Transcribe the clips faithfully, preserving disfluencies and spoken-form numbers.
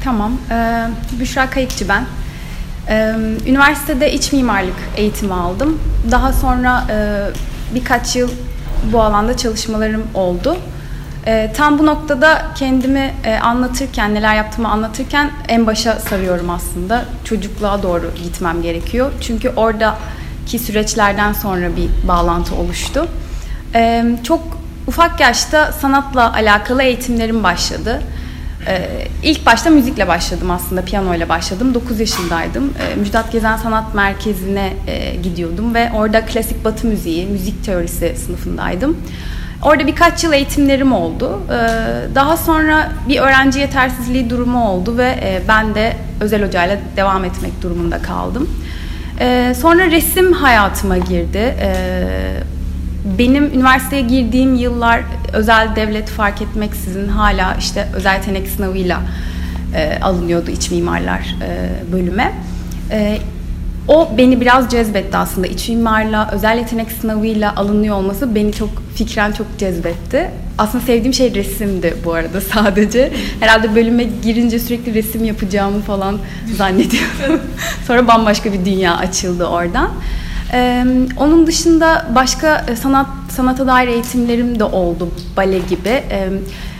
Tamam. Ee, Büşra Kayıkçı ben. Ee, üniversitede iç mimarlık eğitimi aldım. Daha sonra e, birkaç yıl bu alanda çalışmalarım oldu. E, tam bu noktada kendimi e, anlatırken, neler yaptığımı anlatırken en başa sarıyorum aslında. Çocukluğa doğru gitmem gerekiyor. Çünkü oradaki süreçlerden sonra bir bağlantı oluştu. E, çok ufak yaşta sanatla alakalı eğitimlerim başladı. Ee, ilk başta müzikle başladım aslında, piyanoyla başladım. dokuz yaşındaydım. Ee, Müjdat Gezen Sanat Merkezi'ne e, gidiyordum ve orada klasik batı müziği, müzik teorisi sınıfındaydım. Orada birkaç yıl eğitimlerim oldu. Ee, daha sonra bir öğrenci yetersizliği durumu oldu ve e, ben de özel hocayla devam etmek durumunda kaldım. Ee, sonra resim hayatıma girdi. Ee, Benim üniversiteye girdiğim yıllar özel devlet fark etmeksizin hala işte özel yetenek sınavıyla e, alınıyordu iç mimarlar e, bölüme. E, o beni biraz cezbetti aslında. İç mimarla özel yetenek sınavıyla alınıyor olması beni çok fikren çok cezbetti. Aslında sevdiğim şey resimdi bu arada sadece. Herhalde bölüme girince sürekli resim yapacağımı falan zannediyordum. Sonra bambaşka bir dünya açıldı oradan. Ee, onun dışında başka sanat sanata dair eğitimlerim de oldu, bale gibi. Ee,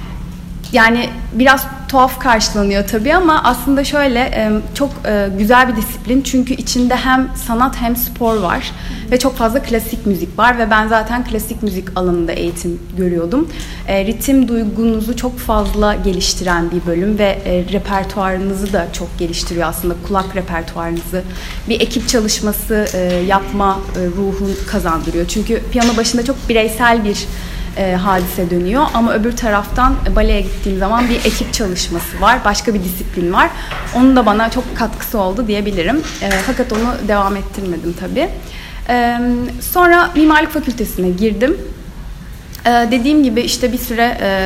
yani biraz tuhaf karşılanıyor tabii ama aslında şöyle e, çok e, güzel bir disiplin çünkü içinde hem sanat hem spor var ve çok fazla klasik müzik var ve ben zaten klasik müzik alanında eğitim görüyordum. E, ritim duygunuzu çok fazla geliştiren bir bölüm ve e, repertuarınızı da çok geliştiriyor aslında, kulak repertuarınızı. Bir ekip çalışması e, yapma e, ruhunu kazandırıyor çünkü piyano başında çok bireysel bir E, hadise dönüyor ama öbür taraftan e, baleye gittiğim zaman bir ekip çalışması var, başka bir disiplin var. Onun da bana çok katkısı oldu diyebilirim. E, fakat onu devam ettirmedim tabii. E, sonra mimarlık fakültesine girdim. E, dediğim gibi işte bir süre e,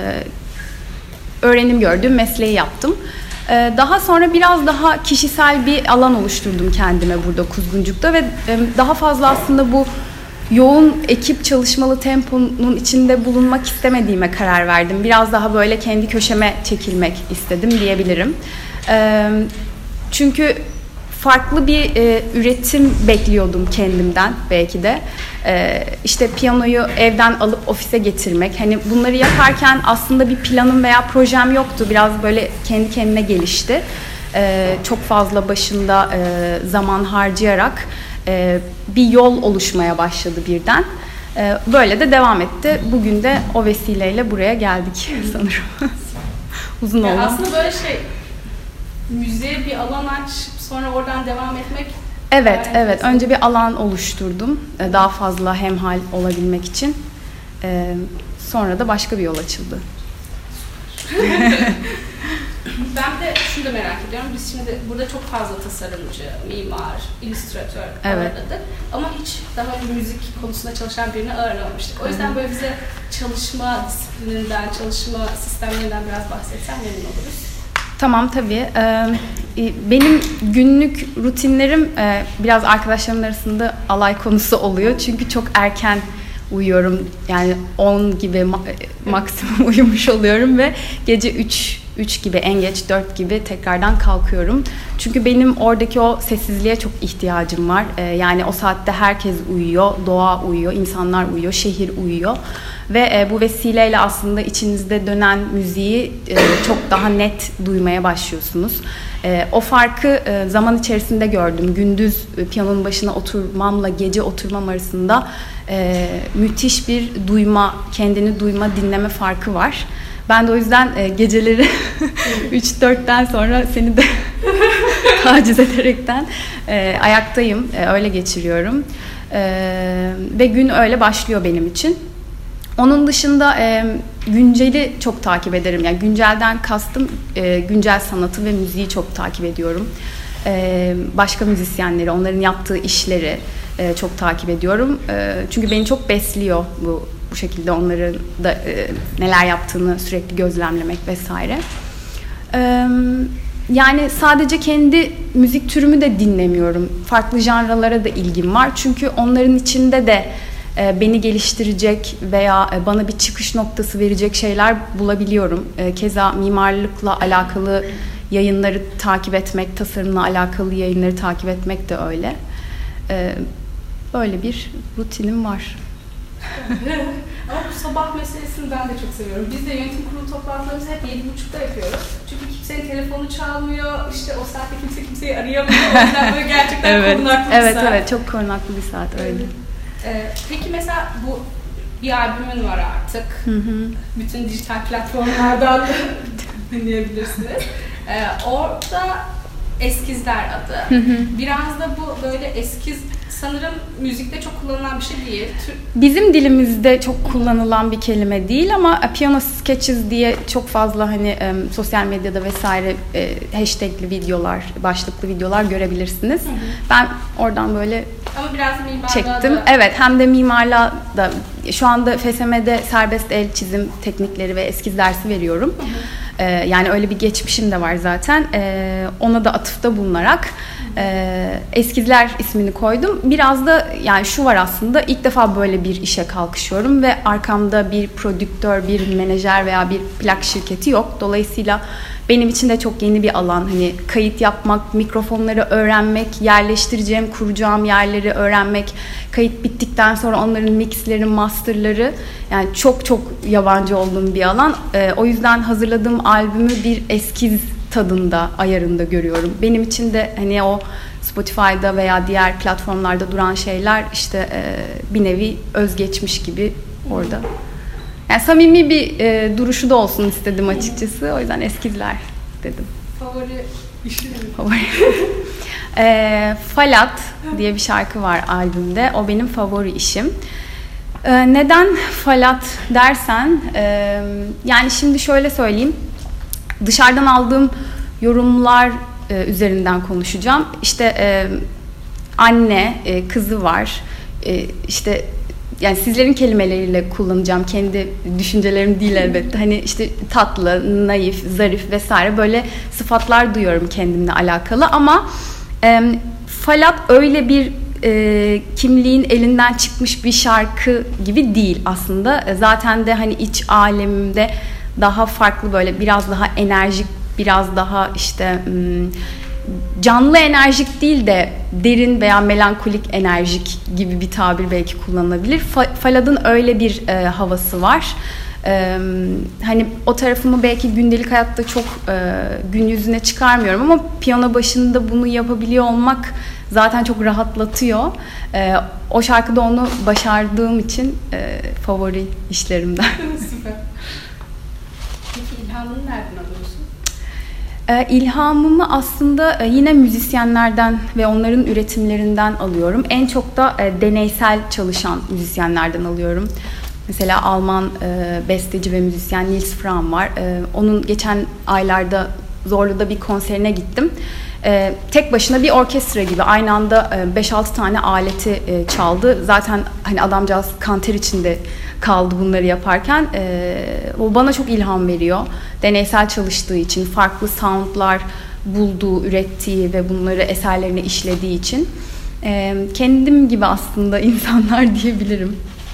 öğrenim gördüm, mesleği yaptım. E, daha sonra biraz daha kişisel bir alan oluşturdum kendime burada Kuzguncuk'ta ve e, daha fazla aslında bu yoğun ekip çalışmalı temponun içinde bulunmak istemediğime karar verdim. Biraz daha böyle kendi köşeme çekilmek istedim diyebilirim. Ee, çünkü farklı bir e, üretim bekliyordum kendimden belki de. Ee, işte piyanoyu evden alıp ofise getirmek. Hani bunları yaparken aslında bir planım veya projem yoktu. Biraz böyle kendi kendine gelişti. Ee, çok fazla başında e, zaman harcayarak bir yol oluşmaya başladı birden. Böyle de devam etti. Bugün de o vesileyle buraya geldik sanırım. Uzun yani oldu. Aslında böyle şey, müziğe bir alan aç, sonra oradan devam etmek. Evet, evet. Önce bir alan oluşturdum. Daha fazla hemhal olabilmek için. Sonra da başka bir yol açıldı. Ben de şunu da merak ediyorum. Biz şimdi burada çok fazla tasarımcı, mimar, illüstratör ağırladık. Evet. Ama hiç daha müzik konusunda çalışan birini ağırlamamıştık. O yüzden böyle bize çalışma disiplininden, çalışma sistemlerinden biraz bahsetsen memnun oluruz. Tamam, tabii. Benim günlük rutinlerim biraz arkadaşlarımın arasında alay konusu oluyor. Çünkü çok erken uyuyorum. Yani on gibi maksimum uyumuş oluyorum ve gece üç üç gibi, en geç dört gibi tekrardan kalkıyorum. Çünkü benim oradaki o sessizliğe çok ihtiyacım var. Ee, yani o saatte herkes uyuyor, doğa uyuyor, insanlar uyuyor, şehir uyuyor. Ve e, bu vesileyle aslında içinizde dönen müziği e, çok daha net duymaya başlıyorsunuz. E, o farkı e, zaman içerisinde gördüm. Gündüz e, piyanonun başına oturmamla gece oturmam arasında e, müthiş bir duyma, kendini duyma, dinleme farkı var. Ben de o yüzden e, geceleri üç dörtten sonra seni de taciz ederekten e, ayaktayım, e, öyle geçiriyorum. E, ve gün öyle başlıyor benim için. Onun dışında e, günceli çok takip ederim. Yani güncelden kastım e, güncel sanatı ve müziği çok takip ediyorum. E, başka müzisyenleri, onların yaptığı işleri e, çok takip ediyorum. E, çünkü beni çok besliyor bu bu şekilde onların da e, neler yaptığını sürekli gözlemlemek vesaire. E, yani sadece kendi müzik türümü de dinlemiyorum. Farklı janralara da ilgim var. Çünkü onların içinde de e, beni geliştirecek veya e, bana bir çıkış noktası verecek şeyler bulabiliyorum. E, keza mimarlıkla alakalı yayınları takip etmek, tasarımla alakalı yayınları takip etmek de öyle. Ee, böyle bir rutinim var. Ama bu sabah meselesini ben de çok seviyorum. Biz de yönetim kurulu toplantılarımızı hep yedi buçukta yapıyoruz. Çünkü kimsenin telefonu çalmıyor, işte o saatte kimse kimseyi arayamıyor. O yüzden böyle gerçekten evet. korunaklı bir evet, saat. Evet, evet. Çok korunaklı bir saat öyle. Ee, peki mesela bu bir albümün var artık. Hı hı. Bütün dijital platformlardan dinleyebilirsiniz. Ee, orada Eskizler adı. Hı hı. Biraz da bu böyle eskiz sanırım müzikte çok kullanılan bir şey değil. Bizim dilimizde çok kullanılan bir kelime değil ama Piyano Sketches diye çok fazla hani e, sosyal medyada vesaire e, hashtagli videolar, başlıklı videolar görebilirsiniz. Hı hı. Ben oradan böyle ama biraz mimarlığa çektim. Da... Evet, hem de mimarlığa da şu anda F S M'de serbest el çizim teknikleri ve eskiz dersi veriyorum. Hı hı. Ee, yani öyle bir geçmişim de var zaten. Ee, ona da atıfta bulunarak e, Eskizler ismini koydum. Biraz da yani şu var aslında, ilk defa böyle bir işe kalkışıyorum ve arkamda bir prodüktör, bir menajer veya bir plak şirketi yok. Dolayısıyla benim için de çok yeni bir alan. Hani kayıt yapmak, mikrofonları öğrenmek, yerleştireceğim, kuracağım yerleri öğrenmek, kayıt bittikten sonra onların mixleri, masterları, yani çok çok yabancı olduğum bir alan. Ee, o yüzden hazırladığım albümü bir eskiz tadında, ayarında görüyorum. Benim için de hani o Spotify'da veya diğer platformlarda duran şeyler işte e, bir nevi özgeçmiş gibi orada. Yani samimi bir e, duruşu da olsun istedim açıkçası. O yüzden Eskizler dedim. Favori işin mi? Favori. e, Falat diye bir şarkı var albümde. O benim favori işim. E, neden Falat dersen, e, yani şimdi şöyle söyleyeyim. Dışarıdan aldığım yorumlar e, üzerinden konuşacağım. İşte e, anne, e, kızı var. E, işte yani sizlerin kelimeleriyle kullanacağım, kendi düşüncelerim değil elbette. Hani işte tatlı, naif, zarif vesaire böyle sıfatlar duyuyorum kendimle alakalı ama e, Falat öyle bir e, kimliğin elinden çıkmış bir şarkı gibi değil aslında. Zaten de hani iç alemimde daha farklı, böyle biraz daha enerjik, biraz daha işte canlı enerjik değil de derin veya melankolik enerjik gibi bir tabir belki kullanılabilir. Falad'ın öyle bir e, havası var. E, hani o tarafımı belki gündelik hayatta çok e, gün yüzüne çıkarmıyorum ama piyano başında bunu yapabiliyor olmak zaten çok rahatlatıyor. E, o şarkıda onu başardığım için e, favori işlerimden. Süper. Peki ilhamını nereden alıyorsun? İlhamımı aslında yine müzisyenlerden ve onların üretimlerinden alıyorum. En çok da deneysel çalışan müzisyenlerden alıyorum. Mesela Alman besteci ve müzisyen Nils Frahm var. Onun geçen aylarda Zorlu'da bir konserine gittim. Tek başına bir orkestra gibi aynı anda beş altı tane aleti çaldı. Zaten hani adamcağız kanter içinde kaldı bunları yaparken. O bana çok ilham veriyor. Deneysel çalıştığı için, farklı soundlar bulduğu, ürettiği ve bunları eserlerine işlediği için. Kendim gibi aslında insanlar diyebilirim.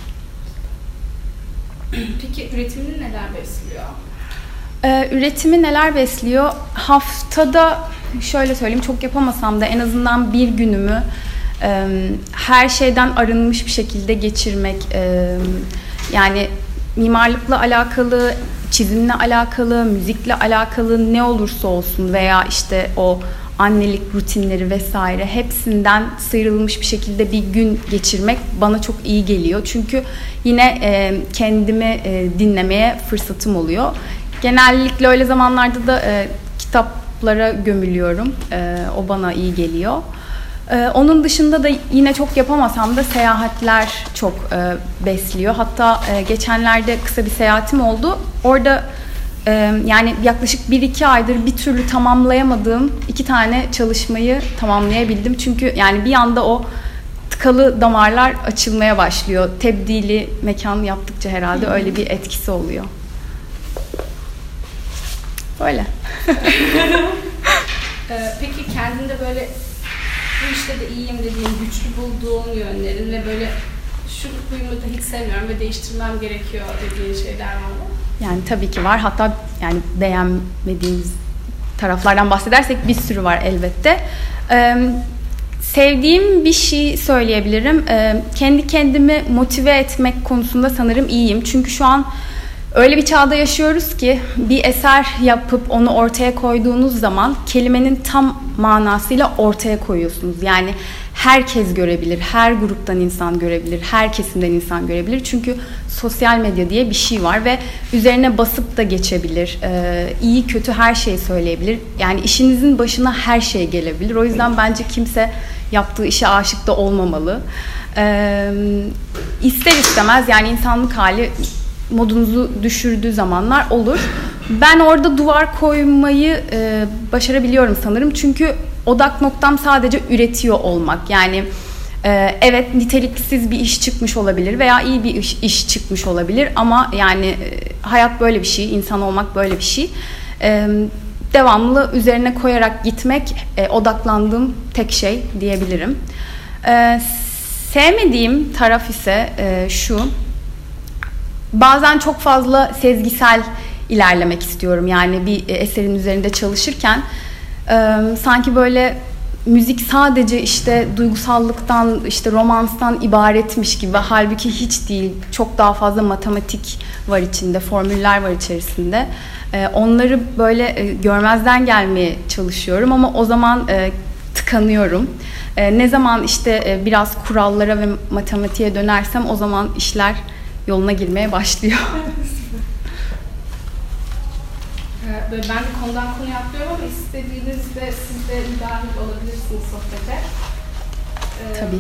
Peki üretimini neler besliyor? Üretimi neler besliyor? Haftada şöyle söyleyeyim, çok yapamasam da en azından bir günümü her şeyden arınmış bir şekilde geçirmek, yani mimarlıkla alakalı, çizimle alakalı, müzikle alakalı ne olursa olsun veya işte o annelik rutinleri vesaire hepsinden sıyrılmış bir şekilde bir gün geçirmek bana çok iyi geliyor. Çünkü yine e, kendimi e, dinlemeye fırsatım oluyor. Genellikle öyle zamanlarda da e, kitaplara gömülüyorum. E, o bana iyi geliyor. E, onun dışında da yine çok yapamasam da seyahatler çok e, besliyor. Hatta e, geçenlerde kısa bir seyahatim oldu. Orada e, yani yaklaşık bir iki aydır bir türlü tamamlayamadığım iki tane çalışmayı tamamlayabildim. Çünkü yani bir anda o tıkalı damarlar açılmaya başlıyor. Tebdili mekan yaptıkça herhalde öyle bir etkisi oluyor. Böyle. Peki kendinde böyle bu işte de iyiyim dediğin, güçlü bulduğun yönlerin ve böyle şu huyumu da hiç sevmiyorum ve değiştirmem gerekiyor dediğin şeyler var mı? Yani tabii ki var. Hatta yani beğenmediğimiz taraflardan bahsedersek bir sürü var elbette. Ee, sevdiğim bir şey söyleyebilirim. Ee, kendi kendimi motive etmek konusunda sanırım iyiyim. Çünkü şu an öyle bir çağda yaşıyoruz ki bir eser yapıp onu ortaya koyduğunuz zaman kelimenin tam manasıyla ortaya koyuyorsunuz. Yani herkes görebilir, her gruptan insan görebilir, her kesimden insan görebilir. Çünkü sosyal medya diye bir şey var ve üzerine basıp da geçebilir. Ee, iyi kötü her şeyi söyleyebilir. Yani işinizin başına her şey gelebilir. O yüzden bence kimse yaptığı işe aşık da olmamalı. Ee, ister istemez yani insanlık hali modunuzu düşürdüğü zamanlar olur. Ben orada duvar koymayı e, başarabiliyorum sanırım. Çünkü odak noktam sadece üretiyor olmak. Yani e, evet niteliksiz bir iş çıkmış olabilir veya iyi bir iş, iş çıkmış olabilir ama yani e, hayat böyle bir şey, insan olmak böyle bir şey. E, devamlı üzerine koyarak gitmek e, odaklandığım tek şey diyebilirim. E, sevmediğim taraf ise e, şu. Bazen çok fazla sezgisel ilerlemek istiyorum. Yani bir eserin üzerinde çalışırken e, sanki böyle müzik sadece işte duygusallıktan, işte romanstan ibaretmiş gibi. Halbuki hiç değil. Çok daha fazla matematik var içinde, formüller var içerisinde. E, onları böyle e, görmezden gelmeye çalışıyorum ama o zaman e, tıkanıyorum. E, ne zaman işte e, biraz kurallara ve matematiğe dönersem o zaman işler yoluna girmeye başlıyor. Böyle ben de konudan konuya atlıyorum ama istediğinizde siz de müdahil olabilirsiniz sohbete. Ee, Tabii.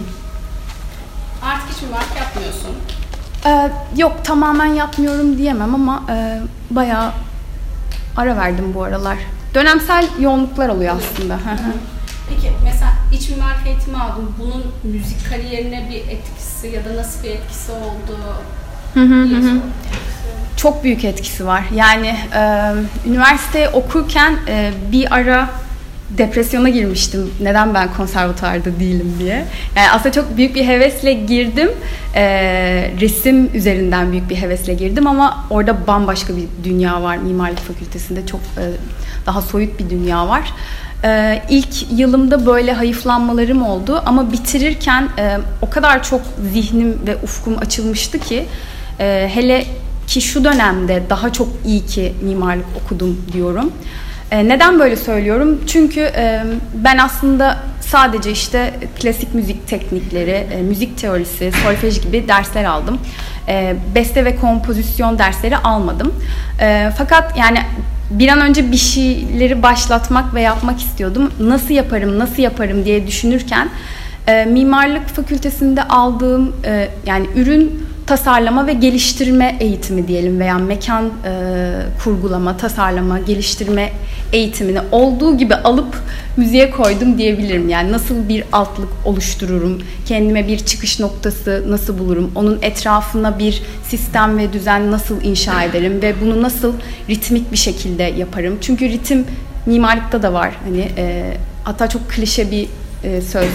Artık hiç mimarlık yapmıyorsun. Ee, yok tamamen yapmıyorum diyemem ama e, bayağı ara verdim bu aralar. Dönemsel yoğunluklar oluyor aslında. Peki mesela iç mimarlık eğitimi aldın. Bunun müzik kariyerine bir etkisi ya da nasıl bir etkisi oldu? Hı hı hı. Çok büyük etkisi var. Yani e, üniversite okurken e, bir ara depresyona girmiştim. Neden ben konservatuarda değilim diye. Yani aslında çok büyük bir hevesle girdim. E, resim üzerinden büyük bir hevesle girdim ama orada bambaşka bir dünya var. Mimarlık Fakültesinde çok e, daha soyut bir dünya var. E, ilk yılımda böyle hayıflanmalarım oldu ama bitirirken e, o kadar çok zihnim ve ufkum açılmıştı ki e, hele ki şu dönemde daha çok iyi ki mimarlık okudum diyorum. E, neden böyle söylüyorum? Çünkü e, ben aslında sadece işte klasik müzik teknikleri, e, müzik teorisi, solfej gibi dersler aldım. E, beste ve kompozisyon dersleri almadım. E, fakat yani bir an önce bir şeyleri başlatmak ve yapmak istiyordum. Nasıl yaparım, nasıl yaparım diye düşünürken e, mimarlık fakültesinde aldığım e, yani ürün tasarlama ve geliştirme eğitimi diyelim veya mekan e, kurgulama, tasarlama, geliştirme eğitimini olduğu gibi alıp müziğe koydum diyebilirim. Yani nasıl bir altlık oluştururum, kendime bir çıkış noktası nasıl bulurum, onun etrafına bir sistem ve düzen nasıl inşa ederim ve bunu nasıl ritmik bir şekilde yaparım. Çünkü ritim mimarlıkta da var. Hani e, hatta çok klişe bir e, söz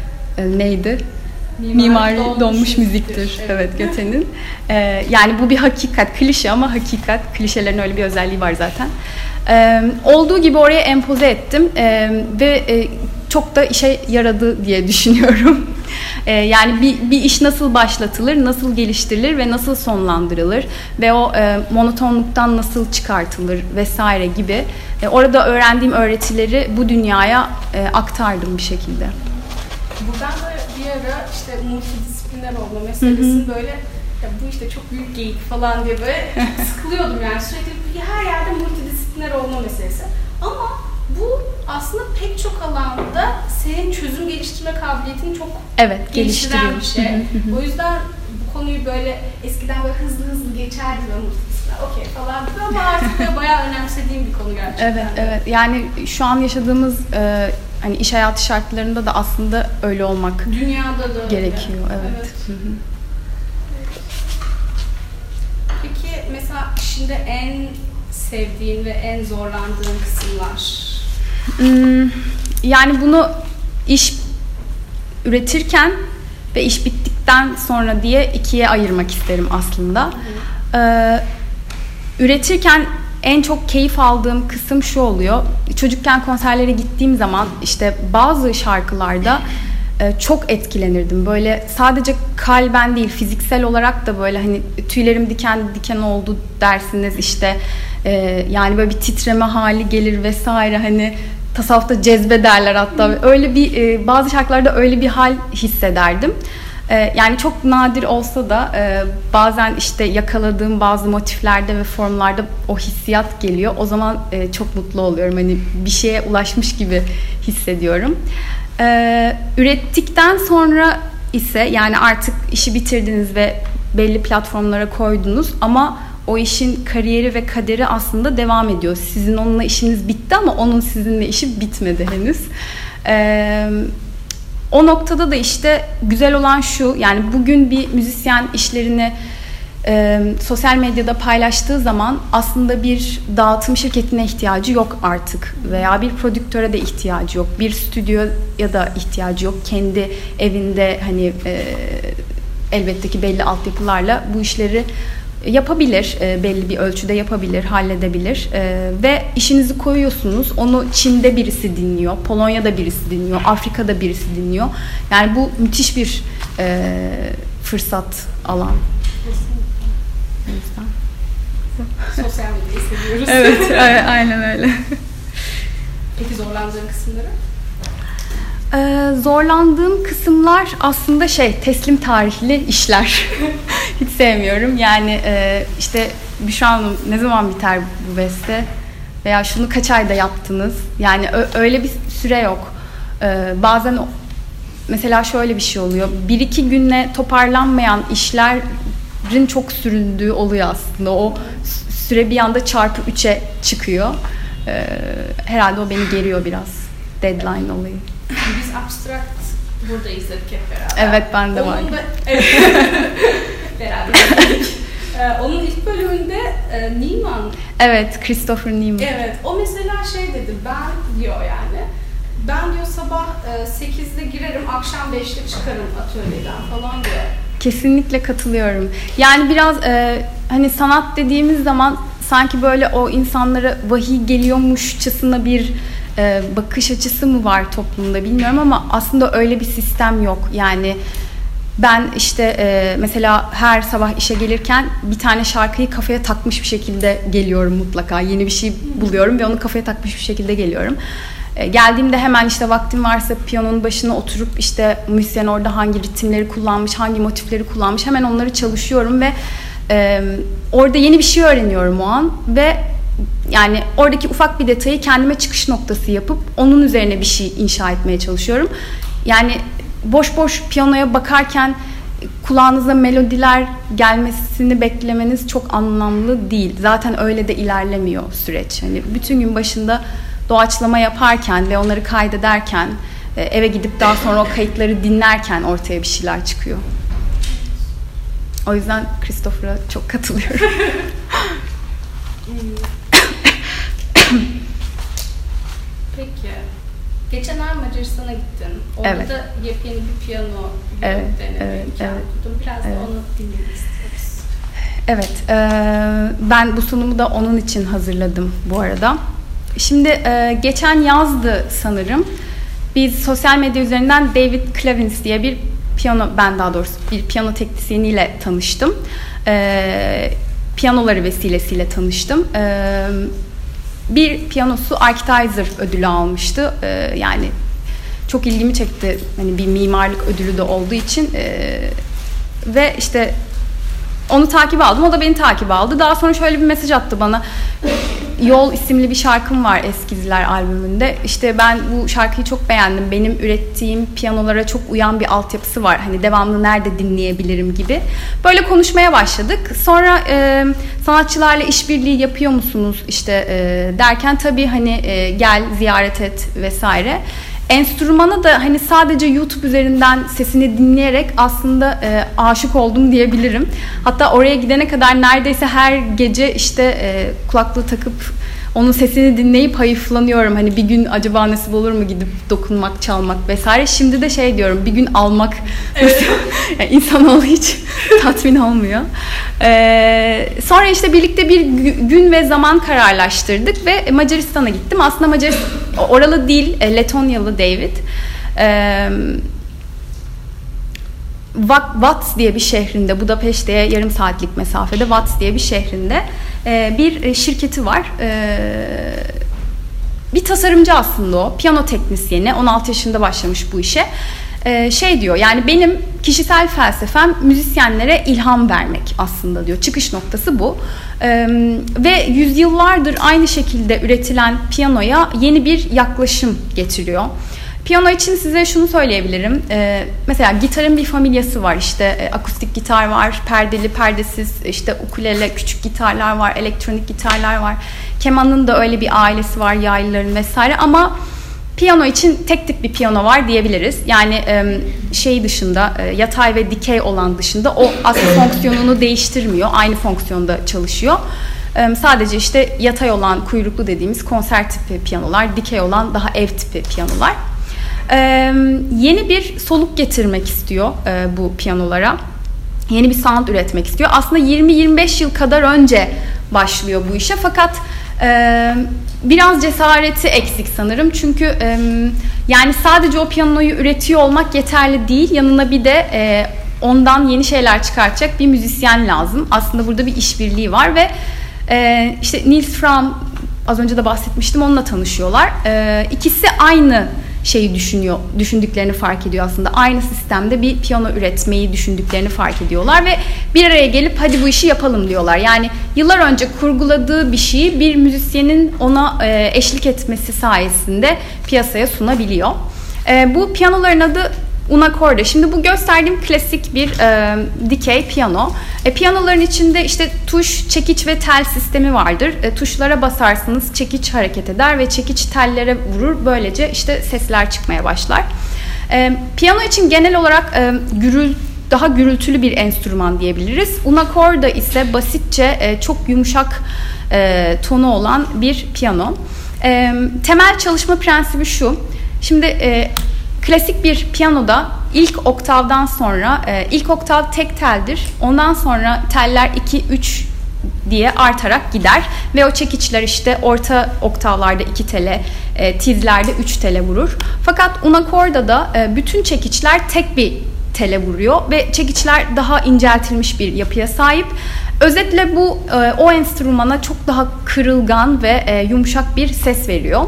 e, neydi? Mimari donmuş, donmuş müziktir. müziktir. Evet, evet Göte'nin. Ee, yani bu bir hakikat, klişe ama hakikat. Klişelerin öyle bir özelliği var zaten. Ee, olduğu gibi oraya empoze ettim ee, ve e, çok da işe yaradı diye düşünüyorum. Ee, yani bir, bir iş nasıl başlatılır, nasıl geliştirilir ve nasıl sonlandırılır ve o e, monotonluktan nasıl çıkartılır vesaire gibi. E, orada öğrendiğim öğretileri bu dünyaya e, aktardım bir şekilde. Buradan da bir ara işte multidisipliner olma meselesini böyle ya bu işte çok büyük geyik falan diye böyle sıkılıyordum yani sürekli her yerde multidisipliner olma meselesi. Ama bu aslında pek çok alanda senin çözüm geliştirme kabiliyetini çok evet, geliştiren bir şey. O yüzden bu konuyu böyle eskiden böyle hızlı hızlı geçerdi ve multidisipliner okey falan ama artık böyle bayağı önemsediğim bir konu gerçekten. Evet, evet. Yani şu an yaşadığımız e, hani iş hayatı şartlarında da aslında öyle olmak dünyada da gerekiyor. Evet. evet. Hı hı. Peki mesela işinde en sevdiğin ve en zorlandığın kısımlar? Hmm, yani bunu iş üretirken ve iş bittikten sonra diye ikiye ayırmak isterim aslında. Ee, üretirken en çok keyif aldığım kısım şu oluyor. Çocukken konserlere gittiğim zaman işte bazı şarkılarda çok etkilenirdim. Böyle sadece kalben değil, fiziksel olarak da böyle hani tüylerim diken diken oldu dersiniz işte. Ee, yani böyle bir titreme hali gelir vesaire, hani tasavvufta cezbe derler hatta. Öyle bir e, bazı şarkılarda öyle bir hal hissederdim. E, yani çok nadir olsa da e, bazen işte yakaladığım bazı motiflerde ve formlarda o hissiyat geliyor. O zaman e, çok mutlu oluyorum. Hani bir şeye ulaşmış gibi hissediyorum. Ee, ürettikten sonra ise yani artık işi bitirdiniz ve belli platformlara koydunuz ama o işin kariyeri ve kaderi aslında devam ediyor. Sizin onunla işiniz bitti ama onun sizinle işi bitmedi henüz. Ee, o noktada da işte güzel olan şu, yani bugün bir müzisyen işlerini e, sosyal medyada paylaştığı zaman aslında bir dağıtım şirketine ihtiyacı yok artık veya bir prodüktöre de ihtiyacı yok, bir stüdyoya da ihtiyacı yok. Kendi evinde hani e, elbette ki belli altyapılarla bu işleri yapabilir, e, belli bir ölçüde yapabilir, halledebilir e, ve işinizi koyuyorsunuz. Onu Çin'de birisi dinliyor, Polonya'da birisi dinliyor, Afrika'da birisi dinliyor. Yani bu müthiş bir e, fırsat alan. Sosyal medyayı seviyoruz. Evet, aynen öyle. Peki zorlandığın kısımları? Ee, zorlandığım kısımlar aslında şey, teslim tarihli işler. Hiç sevmiyorum. Yani e, işte Büşra Hanım ne zaman biter bu beste? Veya şunu kaç ayda yaptınız? Yani ö- öyle bir süre yok. Ee, bazen o, mesela şöyle bir şey oluyor. Bir iki günle toparlanmayan işlerin çok süründüğü oluyor aslında. O süre bir anda çarpı üçe çıkıyor. Ee, herhalde o beni geriyor biraz. Deadline olayı. Biz Abstract burada izledik hep beraber. Evet, ben de var. Onun da, evet. Beraber izledik. Ee, onun ilk bölümünde e, Niemann. Evet, Christopher Niemann. Evet, o mesela şey dedi, ben diyor yani, ben diyor sabah e, sekizde girerim, akşam beşte çıkarım atölyeden falan diyor. Kesinlikle katılıyorum. Yani biraz e, hani sanat dediğimiz zaman sanki böyle o insanlara vahiy geliyormuşçasına bir e, bakış açısı mı var toplumda bilmiyorum ama aslında öyle bir sistem yok. Yani ben işte e, mesela her sabah işe gelirken bir tane şarkıyı kafaya takmış bir şekilde geliyorum mutlaka. Yeni bir şey buluyorum ve onu kafaya takmış bir şekilde geliyorum. E, geldiğimde hemen işte vaktim varsa piyanonun başına oturup işte müzisyen orada hangi ritimleri kullanmış, hangi motifleri kullanmış, hemen onları çalışıyorum ve e, orada yeni bir şey öğreniyorum o an ve yani oradaki ufak bir detayı kendime çıkış noktası yapıp onun üzerine bir şey inşa etmeye çalışıyorum. Yani boş boş piyanoya bakarken kulağınıza melodiler gelmesini beklemeniz çok anlamlı değil. Zaten öyle de ilerlemiyor süreç. Hani bütün gün başında doğaçlama yaparken ve onları kaydederken, eve gidip daha sonra o kayıtları dinlerken ortaya bir şeyler çıkıyor. O yüzden Christopher'a çok katılıyorum. Peki. Geçen ay Macaristan'a gittin. Orada evet. da yepyeni bir piyano evet, deneme evet, imkanı evet. buldun. Biraz evet. da onu dinlemek istiyoruz. Evet. E, ben bu sunumu da onun için hazırladım bu arada. Şimdi e, geçen yazdı sanırım. Biz sosyal medya üzerinden David Clavins diye bir piyano, ben daha doğrusu bir piyano teknisyeniyle tanıştım. E, piyanoları vesilesiyle tanıştım. E, bir piyanosu Architizer ödülü almıştı. E, yani çok ilgimi çekti. Hani bir mimarlık ödülü de olduğu için e, ve işte onu takip aldım. O da beni takip aldı. Daha sonra şöyle bir mesaj attı bana. Yol isimli bir şarkım var Eskizler albümünde. İşte ben bu şarkıyı çok beğendim. Benim ürettiğim piyanolara çok uyan bir altyapısı var. Hani devamlı nerede dinleyebilirim gibi. Böyle konuşmaya başladık. Sonra e, sanatçılarla işbirliği yapıyor musunuz işte e, derken tabii hani e, gel ziyaret et vesaire. Enstrümana da hani sadece YouTube üzerinden sesini dinleyerek aslında e, aşık oldum diyebilirim. Hatta oraya gidene kadar neredeyse her gece işte e, kulaklığı takıp onun sesini dinleyip hayıflanıyorum. Hani bir gün acaba nasip olur mu gidip dokunmak, çalmak vesaire. Şimdi de şey diyorum, bir gün almak. Evet. Yani insanoğlu hiç tatmin olmuyor. Ee, sonra işte birlikte bir gün ve zaman kararlaştırdık ve Macaristan'a gittim. Aslında Macaristan, oralı değil, Letonyalı David. Ee, Vats diye bir şehrinde, Budapeşte'ye yarım saatlik mesafede Vats diye bir şehrinde bir şirketi var. Bir tasarımcı aslında o, piyano teknisyeni, on altı yaşında başlamış bu işe. Şey diyor, yani benim kişisel felsefem müzisyenlere ilham vermek aslında diyor. Çıkış noktası bu. Ve yüzyıllardır aynı şekilde üretilen piyanoya yeni bir yaklaşım getiriyor. Piyano için size şunu söyleyebilirim. Ee, mesela gitarın bir familyası var. İşte e, akustik gitar var, perdeli, perdesiz, işte ukulele, küçük gitarlar var, elektronik gitarlar var. Kemanın da öyle bir ailesi var, yaylıların vesaire. Ama piyano için tek tip bir piyano var diyebiliriz. Yani e, şey dışında, e, yatay ve dikey olan dışında o aslında fonksiyonunu değiştirmiyor. Aynı fonksiyonda çalışıyor. E, sadece işte yatay olan kuyruklu dediğimiz konser tipi piyanolar, dikey olan daha ev tipi piyanolar. Ee, yeni bir soluk getirmek istiyor e, bu piyanolara. Yeni bir sound üretmek istiyor. Aslında yirmi yirmi beş yıl kadar önce başlıyor bu işe. Fakat e, biraz cesareti eksik sanırım. Çünkü e, yani sadece o piyanoyu üretiyor olmak yeterli değil. Yanına bir de e, ondan yeni şeyler çıkartacak bir müzisyen lazım. Aslında burada bir işbirliği var ve e, işte Nils Frahm, az önce de bahsetmiştim, onunla tanışıyorlar. E, ikisi aynı şeyi düşünüyor, düşündüklerini fark ediyor aslında. Aynı sistemde bir piyano üretmeyi düşündüklerini fark ediyorlar ve bir araya gelip hadi bu işi yapalım diyorlar. Yani yıllar önce kurguladığı bir şeyi bir müzisyenin ona e, eşlik etmesi sayesinde piyasaya sunabiliyor. E, bu piyanoların adı Una Corda. Şimdi bu gösterdiğim klasik bir e, dikey piyano. E, piyanoların içinde işte tuş, çekiç ve tel sistemi vardır. E, tuşlara basarsınız, çekiç hareket eder ve çekiç tellere vurur. Böylece işte sesler çıkmaya başlar. E, piyano için genel olarak e, gürül, daha gürültülü bir enstrüman diyebiliriz. Una Corda ise basitçe e, çok yumuşak e, tonu olan bir piyano. E, temel çalışma prensibi şu. Şimdi e, klasik bir piyanoda ilk oktavdan sonra, e, ilk oktav tek teldir. Ondan sonra teller iki üç diye artarak gider. Ve o çekiçler işte orta oktavlarda iki tele, e, tizlerde üç tele vurur. Fakat Una Corda'da e, bütün çekiçler tek bir tele vuruyor ve çekiçler daha inceltilmiş bir yapıya sahip. Özetle bu e, o enstrümana çok daha kırılgan ve e, yumuşak bir ses veriyor.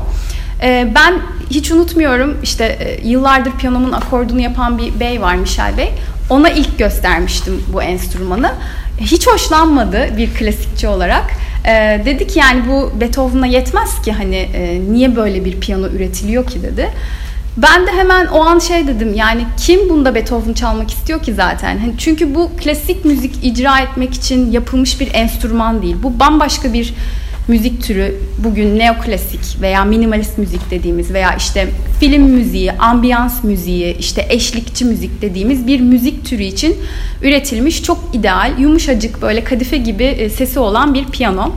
Ben hiç unutmuyorum, işte yıllardır piyanomun akordunu yapan bir bey var, Michel Bey. Ona ilk göstermiştim bu enstrümanı. Hiç hoşlanmadı bir klasikçi olarak. Ee, dedi ki yani bu Beethoven'a yetmez ki, hani e, niye böyle bir piyano üretiliyor ki dedi. Ben de hemen o an şey dedim, yani kim bunda Beethoven çalmak istiyor ki zaten? Hani çünkü bu klasik müzik icra etmek için yapılmış bir enstrüman değil. Bu bambaşka bir müzik türü. Bugün neoklasik veya minimalist müzik dediğimiz veya işte film müziği, ambiyans müziği, işte eşlikçi müzik dediğimiz bir müzik türü için üretilmiş çok ideal, yumuşacık, böyle kadife gibi sesi olan bir piyano.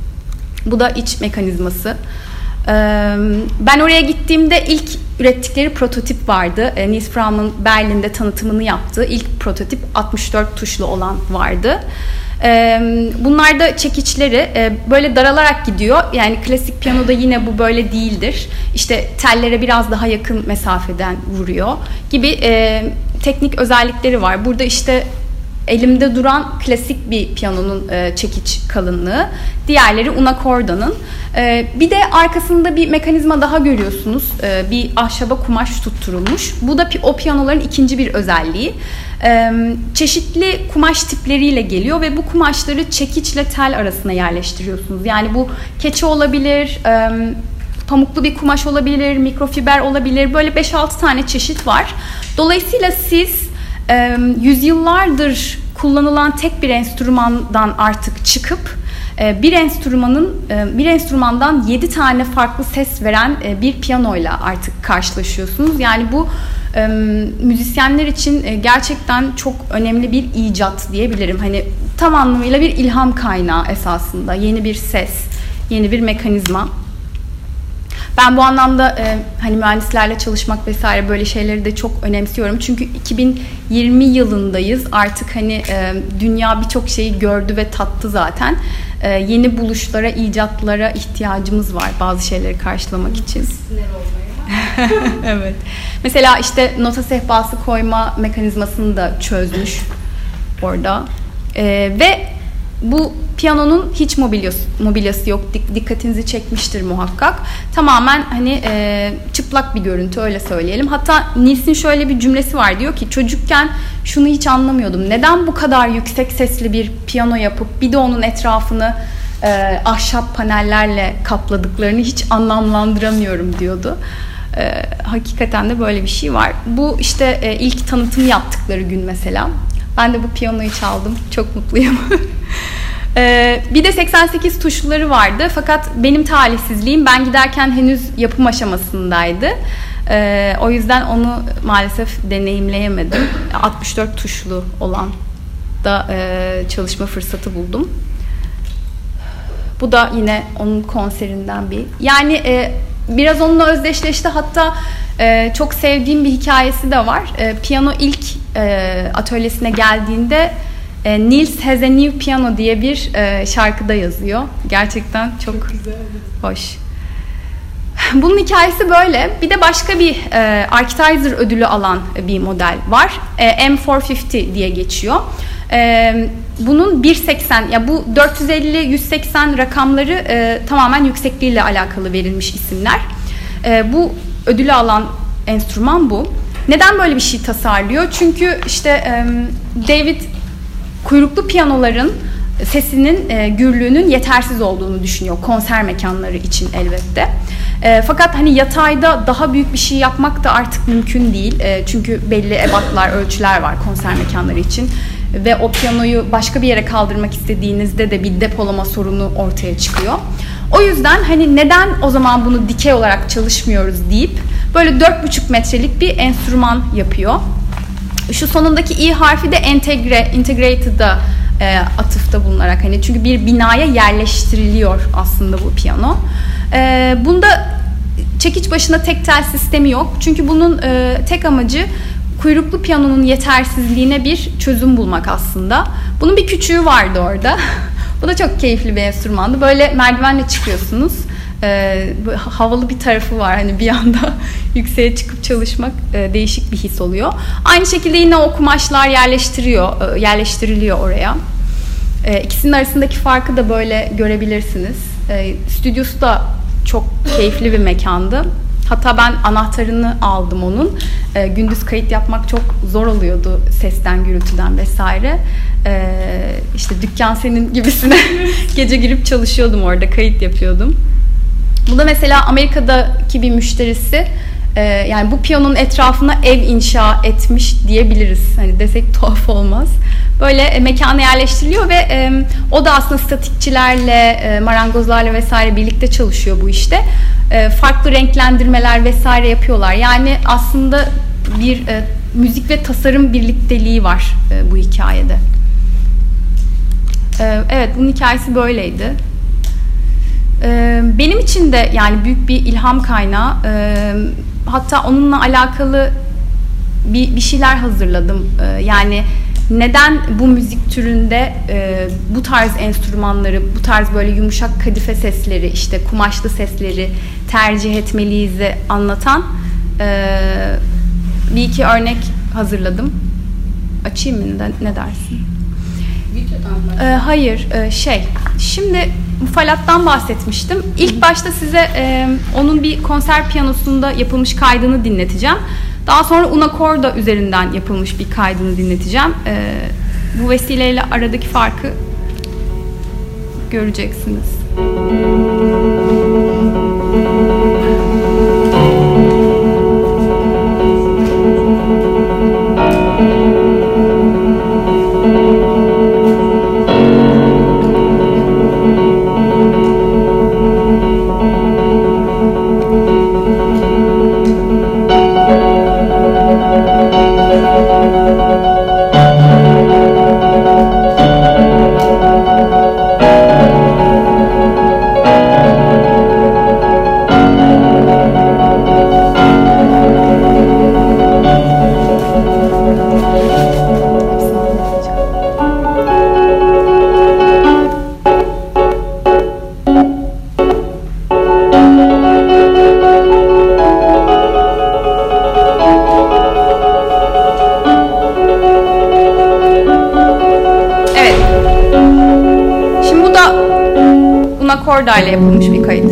Bu da iç mekanizması. Ben oraya gittiğimde ilk ürettikleri prototip vardı. Nils Fram'ın Berlin'de tanıtımını yaptığı ilk prototip altmış dört tuşlu olan vardı. Bunlar da çekiçleri böyle daralarak gidiyor. Yani klasik piyanoda yine bu böyle değildir. İşte tellere biraz daha yakın mesafeden vuruyor gibi teknik özellikleri var. Burada işte elimde duran klasik bir piyanonun çekiç kalınlığı. Diğerleri Una Corda'nın. Bir de arkasında bir mekanizma daha görüyorsunuz. Bir ahşaba kumaş tutturulmuş. Bu da o piyanoların ikinci bir özelliği. Çeşitli kumaş tipleriyle geliyor ve bu kumaşları çekiçle tel arasına yerleştiriyorsunuz. Yani bu keçe olabilir, pamuklu bir kumaş olabilir, mikrofiber olabilir. Böyle beş altı tane çeşit var. Dolayısıyla siz yüzyıllardır kullanılan tek bir enstrümandan artık çıkıp bir enstrümanın bir enstrümandan yedi tane farklı ses veren bir piyanoyla artık karşılaşıyorsunuz. Yani bu müzisyenler için gerçekten çok önemli bir icat diyebilirim. Hani tam anlamıyla bir ilham kaynağı esasında. Yeni bir ses, yeni bir mekanizma. Ben bu anlamda e, hani mühendislerle çalışmak vesaire böyle şeyleri de çok önemsiyorum. Çünkü iki bin yirmi yılındayız. Artık hani e, dünya birçok şeyi gördü ve tattı zaten. E, yeni buluşlara, icatlara ihtiyacımız var bazı şeyleri karşılamak için. Evet. Mesela işte nota sehpası koyma mekanizmasını da çözmüş orada. E, ve bu piyanonun hiç mobilyası, mobilyası yok. Dikkatinizi çekmiştir muhakkak. Tamamen hani e, çıplak bir görüntü, öyle söyleyelim. Hatta Nils'in şöyle bir cümlesi var. Diyor ki çocukken şunu hiç anlamıyordum. Neden bu kadar yüksek sesli bir piyano yapıp bir de onun etrafını e, ahşap panellerle kapladıklarını hiç anlamlandıramıyorum diyordu. E, hakikaten de böyle bir şey var. Bu işte e, ilk tanıtım yaptıkları gün mesela. Ben de bu piyanoyu çaldım. Çok mutluyum. Ee, bir de seksen sekiz tuşları vardı. Fakat benim talihsizliğim, ben giderken henüz yapım aşamasındaydı. Ee, o yüzden onu maalesef deneyimleyemedim. altmış dört tuşlu olan da e, çalışma fırsatı buldum. Bu da yine onun konserinden bir. Yani e, biraz onunla özdeşleşti. Hatta e, çok sevdiğim bir hikayesi de var. E, piyano ilk e, atölyesine geldiğinde e, Nils Has a New Piano diye bir e, şarkıda yazıyor. Gerçekten çok, çok güzel, hoş. Bunun hikayesi böyle. Bir de başka bir e, Architizer ödülü alan bir model var. E, M dört yüz elli diye geçiyor. E, bunun bir seksen, ya bu dört yüz elli yüz seksen rakamları e, tamamen yüksekliğiyle alakalı verilmiş isimler. E, bu ödülü alan enstrüman bu. Neden böyle bir şey tasarlıyor? Çünkü işte e, David kuyruklu piyanoların sesinin, e, gürlüğünün yetersiz olduğunu düşünüyor konser mekanları için elbette. E, fakat hani yatayda daha büyük bir şey yapmak da artık mümkün değil. E, çünkü belli ebatlar, ölçüler var konser mekanları için. Ve o piyanoyu başka bir yere kaldırmak istediğinizde de bir depolama sorunu ortaya çıkıyor. O yüzden hani neden o zaman bunu dikey olarak çalışmıyoruz deyip böyle dört buçuk metrelik bir enstrüman yapıyor. Şu sonundaki i harfi de entegre, integrated'a e, atıfta bulunarak, hani çünkü bir binaya yerleştiriliyor aslında bu piyano. E, bunda çekiç başına tek tel sistemi yok. Çünkü bunun e, tek amacı kuyruklu piyanonun yetersizliğine bir çözüm bulmak aslında. Bunun bir küçüğü vardı orada. Bu da çok keyifli bir enstrümandı. Böyle merdivenle çıkıyorsunuz. Ee, havalı bir tarafı var. Hani bir anda yükseğe çıkıp çalışmak e, değişik bir his oluyor. Aynı şekilde yine o kumaşlar yerleştiriyor, e, yerleştiriliyor oraya. E, ikisinin arasındaki farkı da böyle görebilirsiniz. E, stüdyosu da çok keyifli bir mekandı. Hatta ben anahtarını aldım onun. E, gündüz kayıt yapmak çok zor oluyordu sesten, gürültüden vesaire. E, işte dükkan senin gibisine gece girip çalışıyordum orada, kayıt yapıyordum. Bu da mesela Amerika'daki bir müşterisi, e, yani bu piyanonun etrafına ev inşa etmiş diyebiliriz. Hani desek tuhaf olmaz. Böyle e, mekana yerleştiriliyor ve e, o da aslında statikçilerle, e, marangozlarla vesaire birlikte çalışıyor bu işte. E, farklı renklendirmeler vesaire yapıyorlar. Yani aslında bir e, müzik ve tasarım birlikteliği var e, bu hikayede. E, evet, bunun hikayesi böyleydi. E, benim için de yani büyük bir ilham kaynağı. E, hatta onunla alakalı bir, bir şeyler hazırladım. E, yani neden bu müzik türünde e, bu tarz enstrümanları, bu tarz böyle yumuşak kadife sesleri, işte kumaşlı sesleri tercih etmeliyiz'i anlatan e, bir iki örnek hazırladım. Açayım mı? Ne dersin? Videodan mı? E, hayır, e, şey. Şimdi Mufalat'tan bahsetmiştim. İlk başta size e, onun bir konser piyanosunda yapılmış kaydını dinleteceğim. Daha sonra Una Corda üzerinden yapılmış bir kaydını dinleteceğim. Ee, bu vesileyle aradaki farkı göreceksiniz. camcorder ile yapılmış bir kayıt.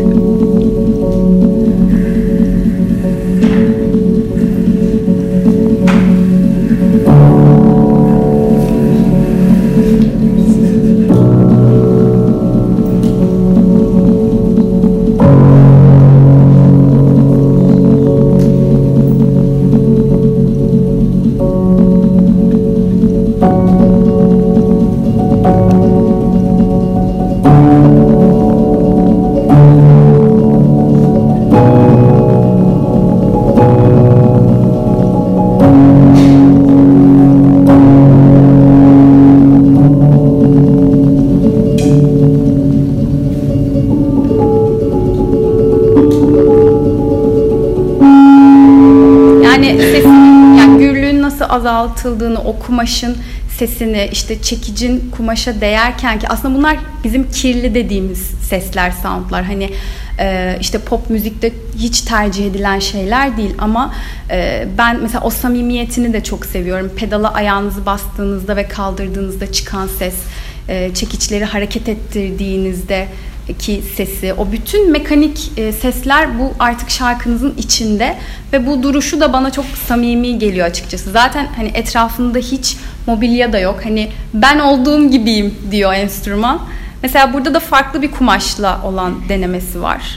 Azaltıldığını, o kumaşın sesini, işte çekicin kumaşa değerken ki aslında bunlar bizim kirli dediğimiz sesler, soundlar. Hani e, işte pop müzikte hiç tercih edilen şeyler değil ama e, ben mesela o samimiyetini de çok seviyorum. Pedala ayağınızı bastığınızda ve kaldırdığınızda çıkan ses, e, çekiçleri hareket ettirdiğinizde ki sesi, o bütün mekanik e, sesler bu artık şarkınızın içinde ve bu duruşu da bana çok samimi geliyor açıkçası. Zaten hani etrafında hiç mobilya da yok. Hani ben olduğum gibiyim diyor enstrüman. Mesela burada da farklı bir kumaşla olan denemesi var.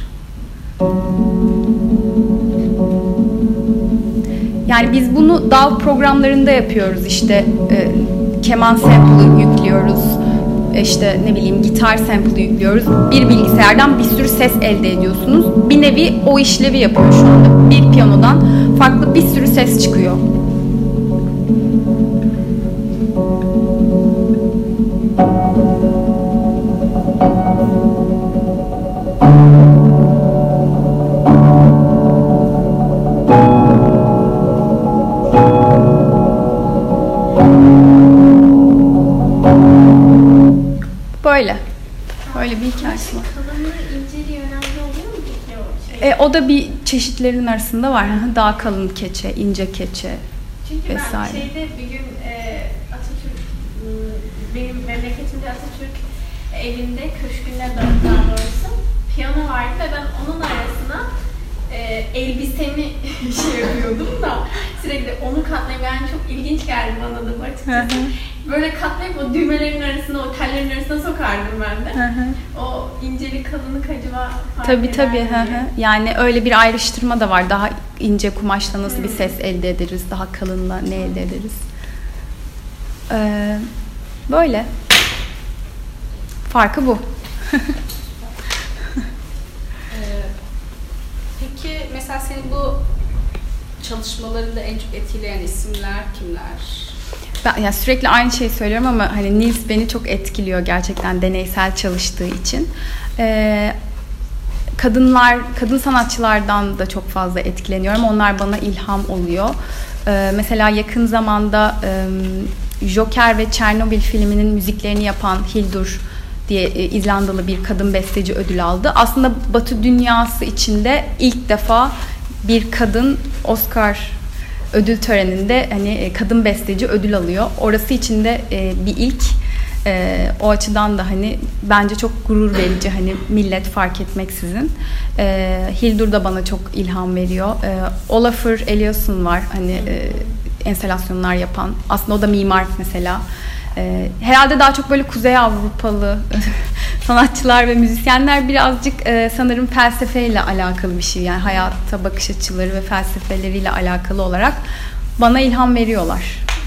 Yani biz bunu D A W programlarında yapıyoruz. İşte e, keman sample'ı yüklüyoruz. İşte ne bileyim gitar sample'ı yüklüyoruz. Bir bilgisayardan bir sürü ses elde ediyorsunuz. Bir nevi o işlevi yapıyor şu anda. Bir piyanodan farklı bir sürü ses çıkıyor. Böyle. Böyle bir hikayesi var. Kalınlığı, inceliği önemli oluyor mu peki o şey? E, o da bir çeşitlerin arasında var. Daha kalın keçe, ince keçe Çünkü vesaire. ben şeyde bir gün e, Atatürk, benim memleketimde Atatürk evinde, köşkünde daha doğrusu piyano vardı ve ben onun arasına e, elbisemi şey yapıyordum da sürekli onu katlayıp, yani çok ilginç geldi bana da açıkçası. Böyle katlayıp o düğmelerin arasına, o tellerin arasına sokardım ben de. Hı hı. O incelik, kalınlık acaba fark Tabii tabii. eder Hı hı. Yani öyle bir ayrıştırma da var. Daha ince kumaşla nasıl hı. bir ses elde ederiz, daha kalınla ne elde ederiz. Ee, böyle. Farkı bu. Peki mesela senin bu çalışmalarında en çok etkileyen isimler kimler? Ben yani sürekli aynı şeyi söylüyorum ama hani Nils beni çok etkiliyor gerçekten deneysel çalıştığı için. Ee, kadınlar, kadın sanatçılardan da çok fazla etkileniyorum. Onlar bana ilham oluyor. Ee, mesela yakın zamanda e, Joker ve Çernobil filminin müziklerini yapan Hildur diye e, İzlandalı bir kadın besteci ödül aldı. Aslında Batı dünyası içinde ilk defa bir kadın Oscar ödül töreninde hani kadın besteci ödül alıyor. Orası için de e, bir ilk. E, o açıdan da hani bence çok gurur verici, hani millet fark etmeksizin. E, Hildur da bana çok ilham veriyor. E, Olafur Eliasson var hani e, enstalasyonlar yapan. Aslında o da mimar mesela. E, herhalde daha çok böyle Kuzey Avrupalı sanatçılar ve müzisyenler birazcık e, sanırım felsefeyle alakalı bir şey. Yani hayata bakış açıları ve felsefeleriyle alakalı olarak bana ilham veriyorlar.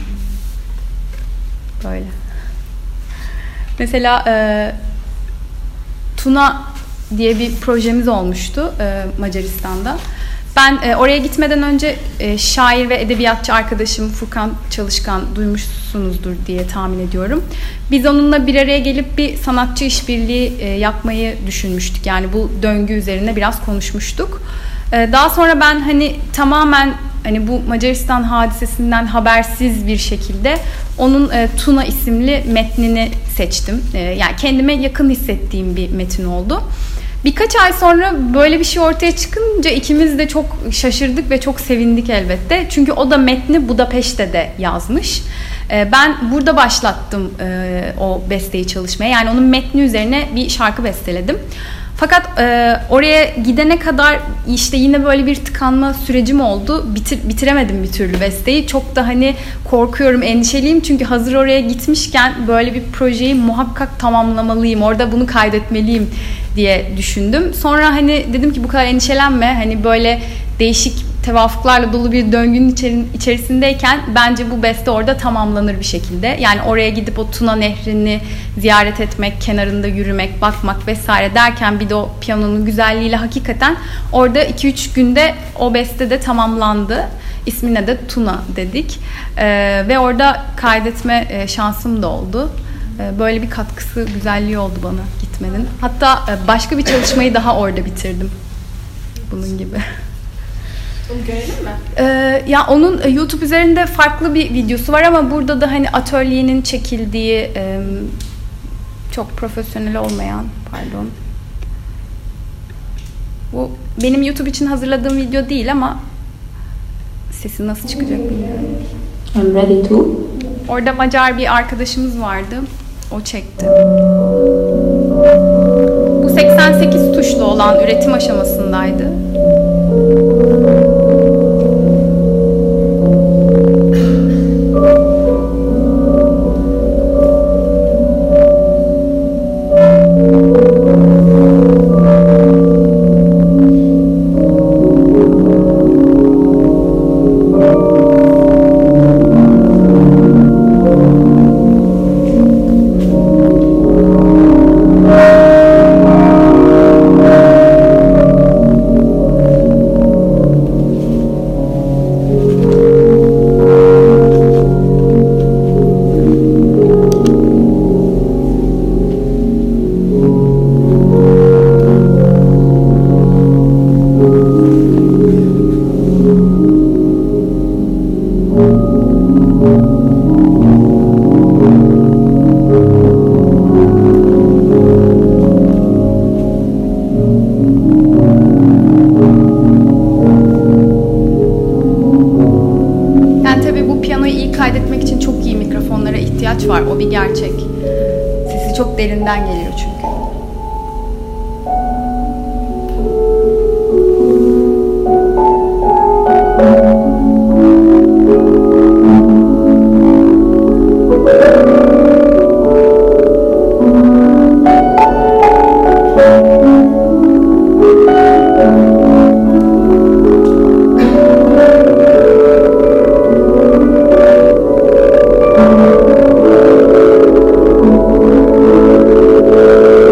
Böyle. Mesela e, Tuna diye bir projemiz olmuştu e, Macaristan'da. Ben e, oraya gitmeden önce e, şair ve edebiyatçı arkadaşım Furkan Çalışkan, duymuşsunuzdur diye tahmin ediyorum. Biz onunla bir araya gelip bir sanatçı işbirliği e, yapmayı düşünmüştük. Yani bu döngü üzerine biraz konuşmuştuk. E, daha sonra ben hani tamamen hani bu Macaristan hadisesinden habersiz bir şekilde onun e, Tuna isimli metnini seçtim. E, yani kendime yakın hissettiğim bir metin oldu. Birkaç ay sonra böyle bir şey ortaya çıkınca ikimiz de çok şaşırdık ve çok sevindik elbette. Çünkü o da metni Budapeşte'de yazmış. Ben burada başlattım o besteyi çalışmaya. Yani onun metni üzerine bir şarkı besteledim. Fakat e, oraya gidene kadar işte yine böyle bir tıkanma sürecim oldu. Bitir, bitiremedim bir türlü besteyi. Çok da hani korkuyorum, endişeliyim. Çünkü hazır oraya gitmişken böyle bir projeyi muhakkak tamamlamalıyım. Orada bunu kaydetmeliyim diye düşündüm. Sonra hani dedim ki bu kadar endişelenme. Hani böyle değişik tevafuklarla dolu bir döngünün içerisindeyken bence bu beste orada tamamlanır bir şekilde. Yani oraya gidip o Tuna Nehri'ni ziyaret etmek, kenarında yürümek, bakmak vesaire derken bir de o piyanonun güzelliğiyle hakikaten orada iki üç günde o beste de tamamlandı. İsmine de Tuna dedik. Ee, ve orada kaydetme e, şansım da oldu. Ee, böyle bir katkısı, güzelliği oldu bana gitmenin. Hatta e, başka bir çalışmayı daha orada bitirdim. Bunun gibi. Onu görelim mi? Ee, ya onun YouTube üzerinde farklı bir videosu var ama burada da hani atölyenin çekildiği e, çok profesyonel olmayan, pardon. Bu benim YouTube için hazırladığım video değil ama sesi nasıl çıkacak bilmiyorum. I'm ready to. Orada Macar bir arkadaşımız vardı. O çekti. Bu seksen sekiz tuşlu olan üretim aşamasındaydı. Kaydetmek için çok iyi mikrofonlara ihtiyaç var. O bir gerçek. Sesi çok derinden geliyor çünkü. Thank you.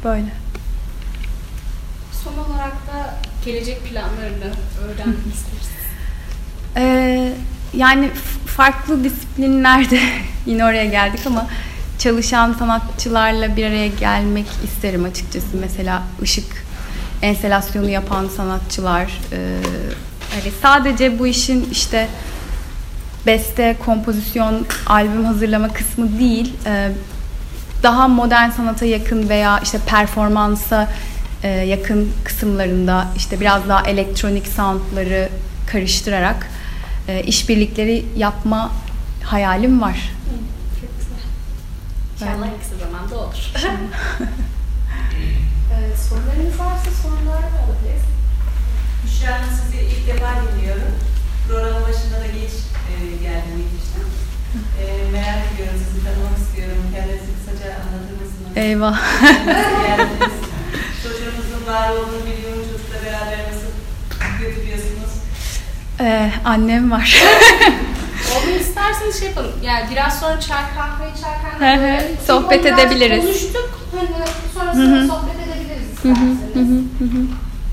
Böyle. Son olarak da gelecek planlarını öğrenmek isteriz. Ee, yani farklı disiplinlerde yine oraya geldik ama çalışan sanatçılarla bir araya gelmek isterim açıkçası. Mesela ışık enstalasyonu yapan sanatçılar, e, hani sadece bu işin işte beste, kompozisyon, albüm hazırlama kısmı değil, e, daha modern sanata yakın veya işte performansa e, yakın kısımlarında işte biraz daha elektronik soundları karıştırarak e, işbirlikleri yapma hayalim var. Hı, çok güzel. İnşallah en kısa zamanda olur. Evet, sorularınız varsa sorular alabiliriz. Büşra Hanım, sizi ilk defa dinliyorum. Programın başında da geç e, geldim yetiştim. E, merak ediyorum, sizi tanımak istiyorum. Kendinizi kısaca anlatır mısınız? Eyvah. Nasıl geldiniz? Çocuğunuzun var olduğunu biliyorum. Çocukla beraber nasıl götürüyorsunuz? Ee, annem var. Onu isterseniz şey yapalım. Yani biraz sonra çay kahve içerken de Hı hı, böyle sohbet biraz edebiliriz. Konuştuk. Hani sonrasında Hı hı. sohbet edebiliriz Hı hı, isterseniz. hı hı, hı hı.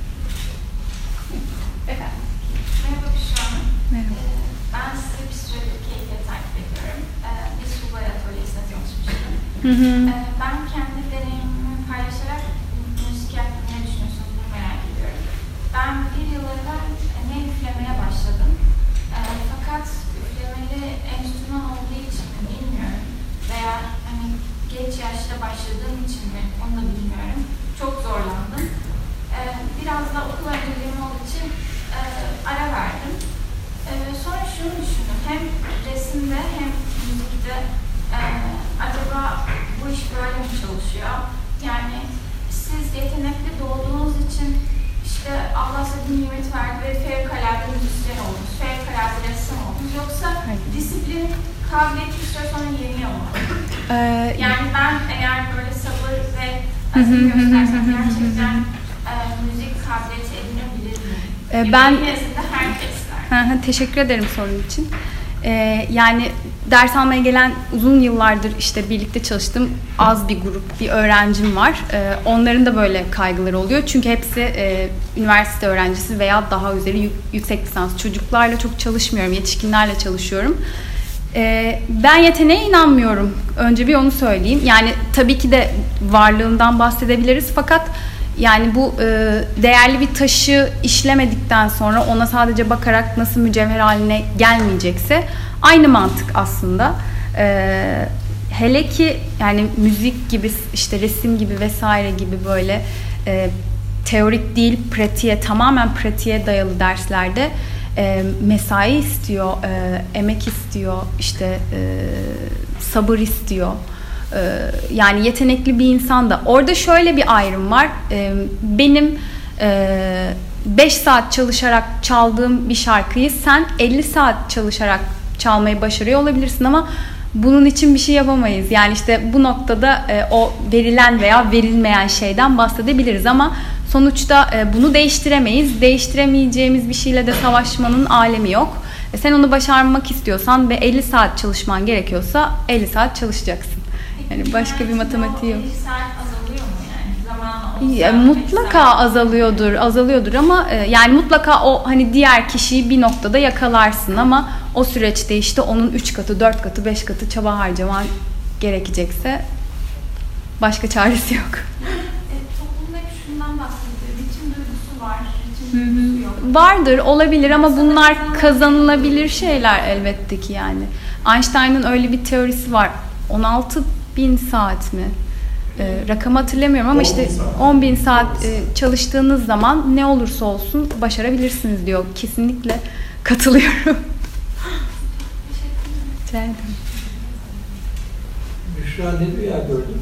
Efendim. Merhaba Büşra Hanım. Merhaba. Ee, Ben sizi bir süredir keyifle takip ediyorum. Ee, Biz Subay Atölyesi'nde tanışmıştık. Hı hı. Ee, Ben kendi deneyimimi paylaşarak müzik hakkında ne düşünüyorsunuz bunu merak ediyorum. Ben bir yıl evvel ne üflemeye başladım. Ee, Fakat üflemeli enstrüman olduğu için mi bilmiyorum. Veya hani geç yaşta başladığım için mi onu da bilmiyorum. Çok zorlandım. Ee, Biraz da okul önceliğim olduğu için e, ara verdim. E, sonra şunu düşündüm. Hem resimde hem müzikte e, acaba bu iş böyle mi çalışıyor? Yani siz yetenekli doğduğunuz için işte Allah size bir nimet verdi ve fevkalade müzisyen oldunuz, fevkalade ressam oldunuz. Yoksa Hayır. disiplin, kabiliyet bir süre sonra yeniyor mu? Ee, Yani ben eğer böyle sabır ve azim göstersem gerçekten e, müzik kabiliyeti edinebilir miyim? Ee, Yani ben- benim nezdimde herkesler. Hı hı, teşekkür ederim sorun için. Ee, yani ders almaya gelen uzun yıllardır işte birlikte çalıştığım az bir grup, bir öğrencim var. Ee, onların da böyle kaygıları oluyor. Çünkü hepsi e, üniversite öğrencisi veya daha üzeri yük- yüksek lisans. Çocuklarla çok çalışmıyorum, yetişkinlerle çalışıyorum. Ee, ben yeteneğe inanmıyorum. Önce bir onu söyleyeyim. Yani tabii ki de varlığından bahsedebiliriz fakat yani bu e, değerli bir taşı işlemedikten sonra ona sadece bakarak nasıl mücevher haline gelmeyecekse aynı mantık aslında. E, hele ki yani müzik gibi işte resim gibi vesaire gibi böyle e, teorik değil pratiğe tamamen pratiğe dayalı derslerde e, mesai istiyor, e, emek istiyor, işte e, sabır istiyor. Yani yetenekli bir insan da. Orada şöyle bir ayrım var. Benim beş saat çalışarak çaldığım bir şarkıyı sen elli saat çalışarak çalmayı başarıyor olabilirsin ama bunun için bir şey yapamayız. Yani işte bu noktada o verilen veya verilmeyen şeyden bahsedebiliriz ama sonuçta bunu değiştiremeyiz. Değiştiremeyeceğimiz bir şeyle de savaşmanın alemi yok. Sen onu başarmak istiyorsan ve elli saat çalışman gerekiyorsa elli saat çalışacaksın. Yani başka bir matematiği yok. elli saat azalıyor mu yani? Zamanla Ya, mutlaka azalıyordur, azalıyordur ama e, yani mutlaka o hani diğer kişiyi bir noktada yakalarsın ama o süreçte işte onun üç katı, dört katı, beş katı çaba harcaman gerekecekse başka çaresi yok. E, toplumda hep şundan bahsediyor. Ritim duygusu var, ritim duygusu yok. Vardır, olabilir ama bunlar kazanılabilir şeyler elbette ki yani. Einstein'ın öyle bir teorisi var. on altı bin saat mi? Ee, rakamı hatırlamıyorum ama işte on bin saat e, çalıştığınız zaman ne olursa olsun başarabilirsiniz diyor. Kesinlikle katılıyorum. Rica ederim. Büşra ne rüya gördün?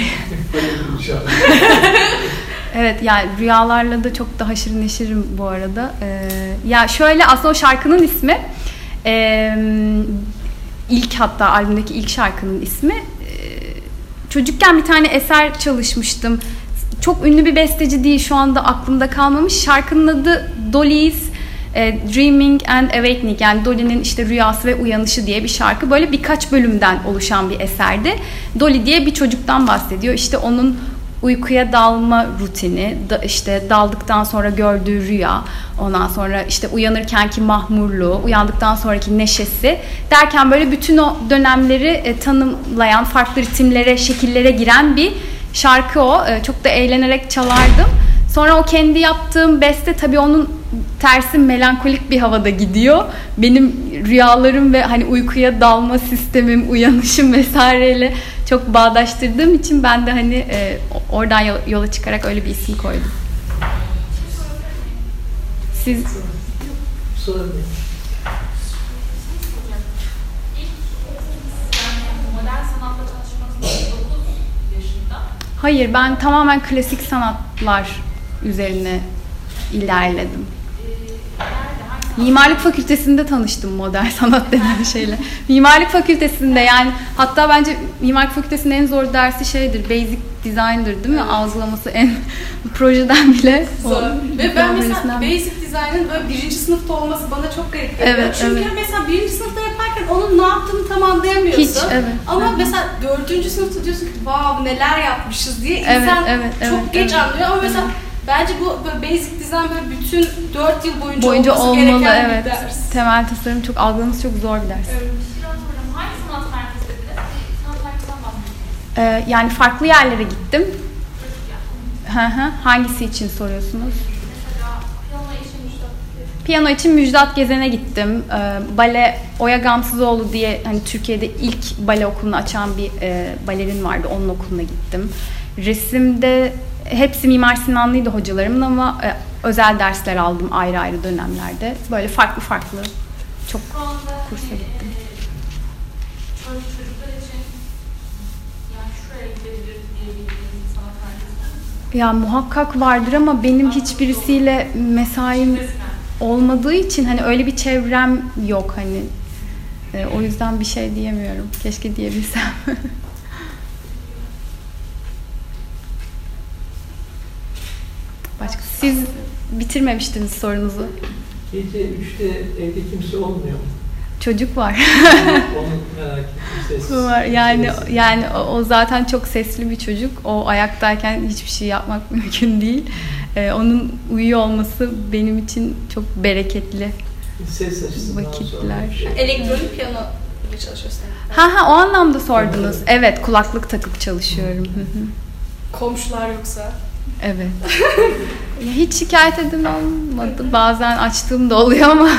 Evet yani rüyalarla da çok da haşır neşirim bu arada. Ee, ya şöyle aslında o şarkının ismi e, ilk hatta albümdeki ilk şarkının ismi e, çocukken bir tane eser çalışmıştım. Çok ünlü bir besteci değil şu anda aklımda kalmamış. Şarkının adı Dolly's e, Dreaming and Awakening yani Dolly'nin işte rüyası ve uyanışı diye bir şarkı. Böyle birkaç bölümden oluşan bir eserdi. Dolly diye bir çocuktan bahsediyor. İşte onun uykuya dalma rutini, da işte daldıktan sonra gördüğü rüya, ondan sonra işte uyanırkenki mahmurluğu, uyandıktan sonraki neşesi derken böyle bütün o dönemleri e, tanımlayan, farklı ritimlere, şekillere giren bir şarkı o. E, çok da eğlenerek çalardım. Sonra o kendi yaptığım beste tabii onun tersi melankolik bir havada gidiyor. Benim rüyalarım ve hani uykuya dalma sistemim, uyanışım vesaireyle çok bağdaştırdığım için ben de hani e, oradan yola çıkarak öyle bir isim koydum. Siz sorabilirim. Modern sanatla tanışmanız dokuz yaşında. Hayır, ben tamamen klasik sanatlar üzerine ilerledim. Mimarlık Fakültesi'nde tanıştım modern sanat denen şeyle. Mimarlık Fakültesi'nde yani hatta bence Mimarlık Fakültesi'nin en zor dersi şeydir, Basic Design'dır değil mi? Evet. Algılaması en projeden bile zor. Ve ben mesela Basic Design'ın böyle birinci sınıfta olması bana çok garip geliyor. Evet, çünkü evet. mesela birinci sınıfta yaparken onun ne yaptığını tam anlayamıyorsun. Hiç, evet. Ama evet. mesela dördüncü sınıfta diyorsun ki wow neler yapmışız diye evet, insan evet, çok evet, geç evet. anlıyor ama mesela bence bu böyle Basic Design böyle bütün dört yıl boyunca, boyunca olması olmalı, gereken evet. bir ders. Temel tasarım çok algılaması çok zor bir ders. Evet. Hangi sanat merkezinde? Sanat merkezinden bahsediyorsunuz. Ee, yani farklı yerlere gittim. Hı hı. Hangisi için soruyorsunuz? Mesela piyano için Müjdat. Piyano için Müjdat Gezen'e gittim. Ee, bale Oya Gamsızoğlu diye hani Türkiye'de ilk bale okulunu açan bir e, balerin vardı. Onun okuluna gittim. Resimde hepsi Mimar Sinanlıydı hocalarımın ama e, özel dersler aldım ayrı ayrı dönemlerde. Böyle farklı farklı çok Şu anda kursa hani, gittim. e, çocuklar için yani şuraya gidebilir diyebildiğiniz sanat merkezi. Ya muhakkak vardır ama benim hiçbirisiyle mesaim olmadığı için hani öyle bir çevrem yok hani. E, o yüzden bir şey diyemiyorum. Keşke diyebilsem. Başka. Siz bitirmemiştiniz sorunuzu. Gece üçte evde kimse olmuyor mu? Çocuk var. Onu merak ettim. Ses, var. Yani ses. yani o, o zaten çok sesli bir çocuk. O ayaktayken hiçbir şey yapmak mümkün değil. Ee, onun uyuyor olması benim için çok bereketli Ses açısından vakitler. sonra. Elektronik piyano ile çalışıyorsun. Ha ha o anlamda sordunuz. Evet, kulaklık takıp çalışıyorum. Hı hı. Komşular yoksa? Evet. Ya hiç şikayet eden olmadı. Bazen açtığım da oluyor ama.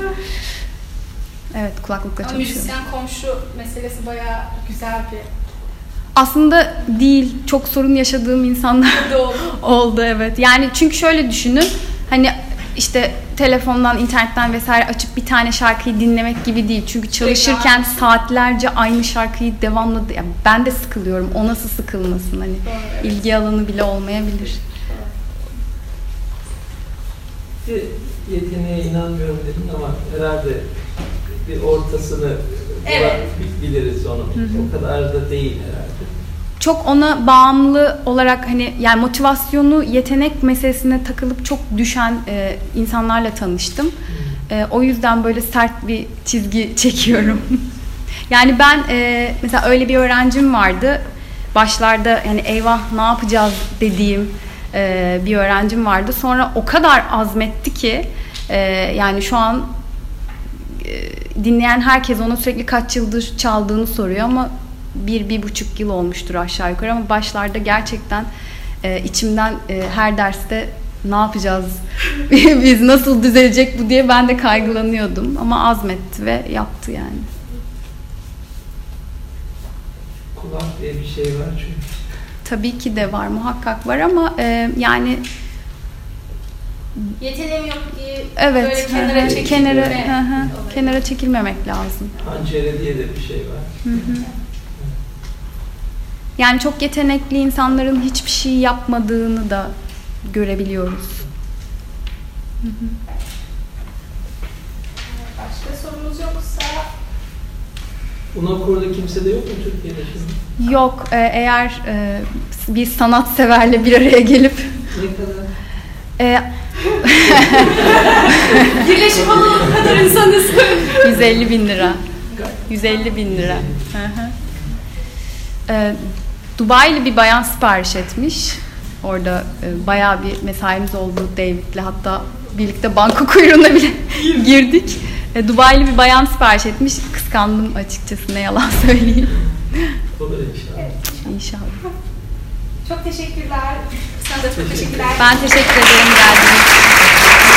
Evet, kulaklıkla Ama çalışıyorum. müzisyen komşu meselesi bayağı güzel bir... Aslında değil. Çok sorun yaşadığım insanlar Doğru. oldu evet. Yani çünkü şöyle düşünün. Hani işte telefondan, internetten vesaire açıp bir tane şarkıyı dinlemek gibi değil. Çünkü çalışırken saatlerce aynı şarkıyı devamlı... Yani ben de sıkılıyorum. O nasıl sıkılmasın? Hani Doğru, evet. ilgi alanı bile olmayabilir. Bir yeteneğe inanmıyorum dedin ama herhalde bir ortasını Evet. biliriz onu. Hı hı. O kadar da değil herhalde. Çok ona bağımlı olarak hani yani motivasyonu yetenek meselesine takılıp çok düşen e, insanlarla tanıştım. E, o yüzden böyle sert bir çizgi çekiyorum. Yani ben e, mesela öyle bir öğrencim vardı. Başlarda yani eyvah ne yapacağız dediğim e, bir öğrencim vardı. Sonra o kadar azmetti ki e, yani şu an e, dinleyen herkes ona sürekli kaç yıldır çaldığını soruyor ama bir, bir buçuk yıl olmuştur aşağı yukarı ama başlarda gerçekten e, içimden e, her derste ne yapacağız, biz nasıl düzelecek bu diye ben de kaygılanıyordum ama azmetti ve yaptı yani. Kulak diye bir şey var çünkü. Tabii ki de var, muhakkak var ama e, yani Yeteneğim yok diye evet, böyle kenara hı hı, çekilme. kenara, hı hı, kenara çekilmemek lazım. Hancere diye de bir şey var. Hı hı. Yani çok yetenekli insanların hiçbir şey yapmadığını da görebiliyoruz. Hı hı. Başka sorunuz yoksa Unakor'da kimse de yok mu Türkiye'de şimdi? Yok, e, eğer e, bir sanatseverle bir araya gelip Ne kadar? e, birleşik olalım kadar insanız. yüz elli bin lira. yüz elli bin lira. Hı hı. E, Dubai'li bir bayan sipariş etmiş. Orada e, bayağı bir mesaimiz oldu David'le. Hatta birlikte banka kuyruğuna bile girdik. E, Dubai'li bir bayan sipariş etmiş. Kıskandım açıkçası, ne yalan söyleyeyim. Olur inşallah. Evet. İnşallah. Çok teşekkürler. Sana da çok teşekkürler. Ben teşekkür ederim geldiğiniz için.